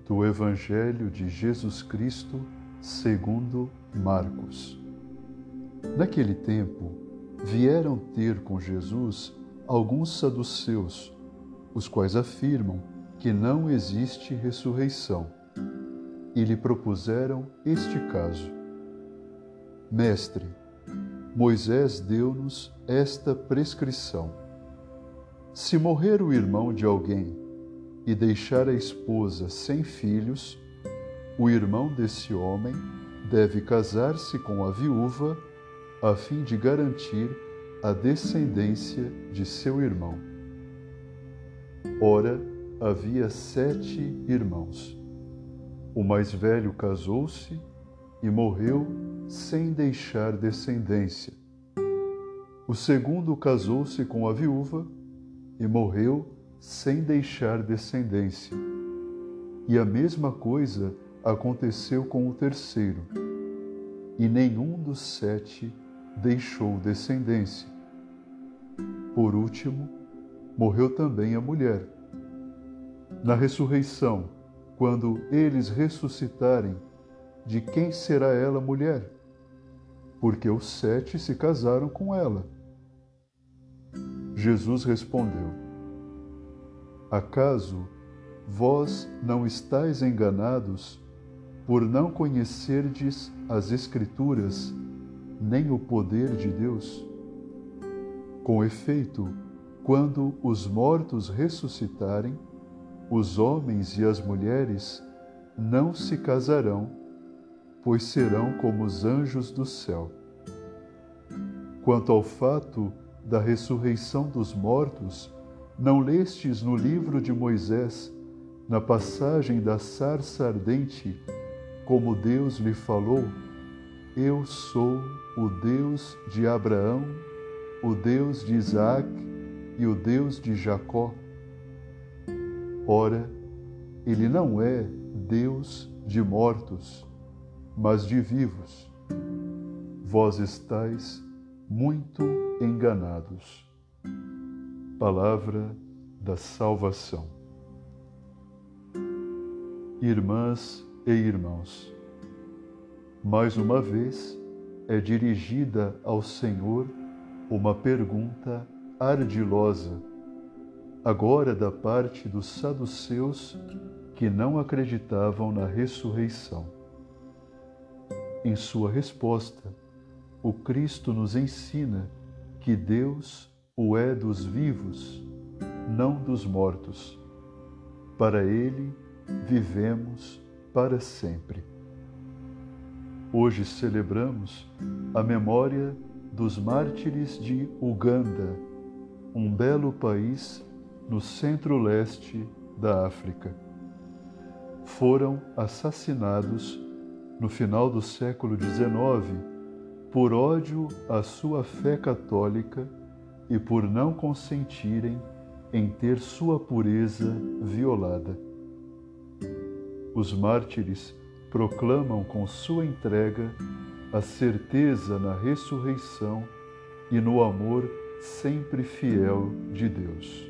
do Evangelho de Jesus Cristo segundo Marcos. Naquele tempo, vieram ter com Jesus alguns saduceus, os quais afirmam que não existe ressurreição, e lhe propuseram este caso: Mestre, Moisés deu-nos esta prescrição: se morrer o irmão de alguém e deixar a esposa sem filhos, o irmão desse homem deve casar-se com a viúva a fim de garantir a descendência de seu irmão. Ora, havia 7 irmãos. O mais velho casou-se e morreu sem deixar descendência. O segundo casou-se com a viúva e morreu sem deixar descendência. E a mesma coisa aconteceu com o terceiro. E nenhum dos 7 deixou descendência. Por último, morreu também a mulher. Na ressurreição, quando eles ressuscitarem, de quem será ela mulher? Porque os 7 se casaram com ela. Jesus respondeu: acaso vós não estáis enganados por não conhecerdes as Escrituras, nem o poder de Deus? Com efeito, quando os mortos ressuscitarem, os homens e as mulheres não se casarão, pois serão como os anjos do céu. Quanto ao fato da ressurreição dos mortos, não lestes no livro de Moisés, na passagem da sarça ardente, como Deus lhe falou: eu sou o Deus de Abraão, o Deus de Isaac e o Deus de Jacó? Ora, ele não é Deus de mortos, mas de vivos. Vós estáis muito enganados. Palavra da salvação. Irmãs e irmãos, mais uma vez é dirigida ao Senhor uma pergunta ardilosa, agora da parte dos saduceus que não acreditavam na ressurreição. Em sua resposta, o Cristo nos ensina que Deus o é dos vivos, não dos mortos. Para Ele vivemos para sempre. Hoje celebramos a memória dos mártires de Uganda, um belo país no centro-leste da África. Foram assassinados no final do século XIX por ódio à sua fé católica e por não consentirem em ter sua pureza violada. Os mártires proclamam com sua entrega a certeza na ressurreição e no amor sempre fiel de Deus.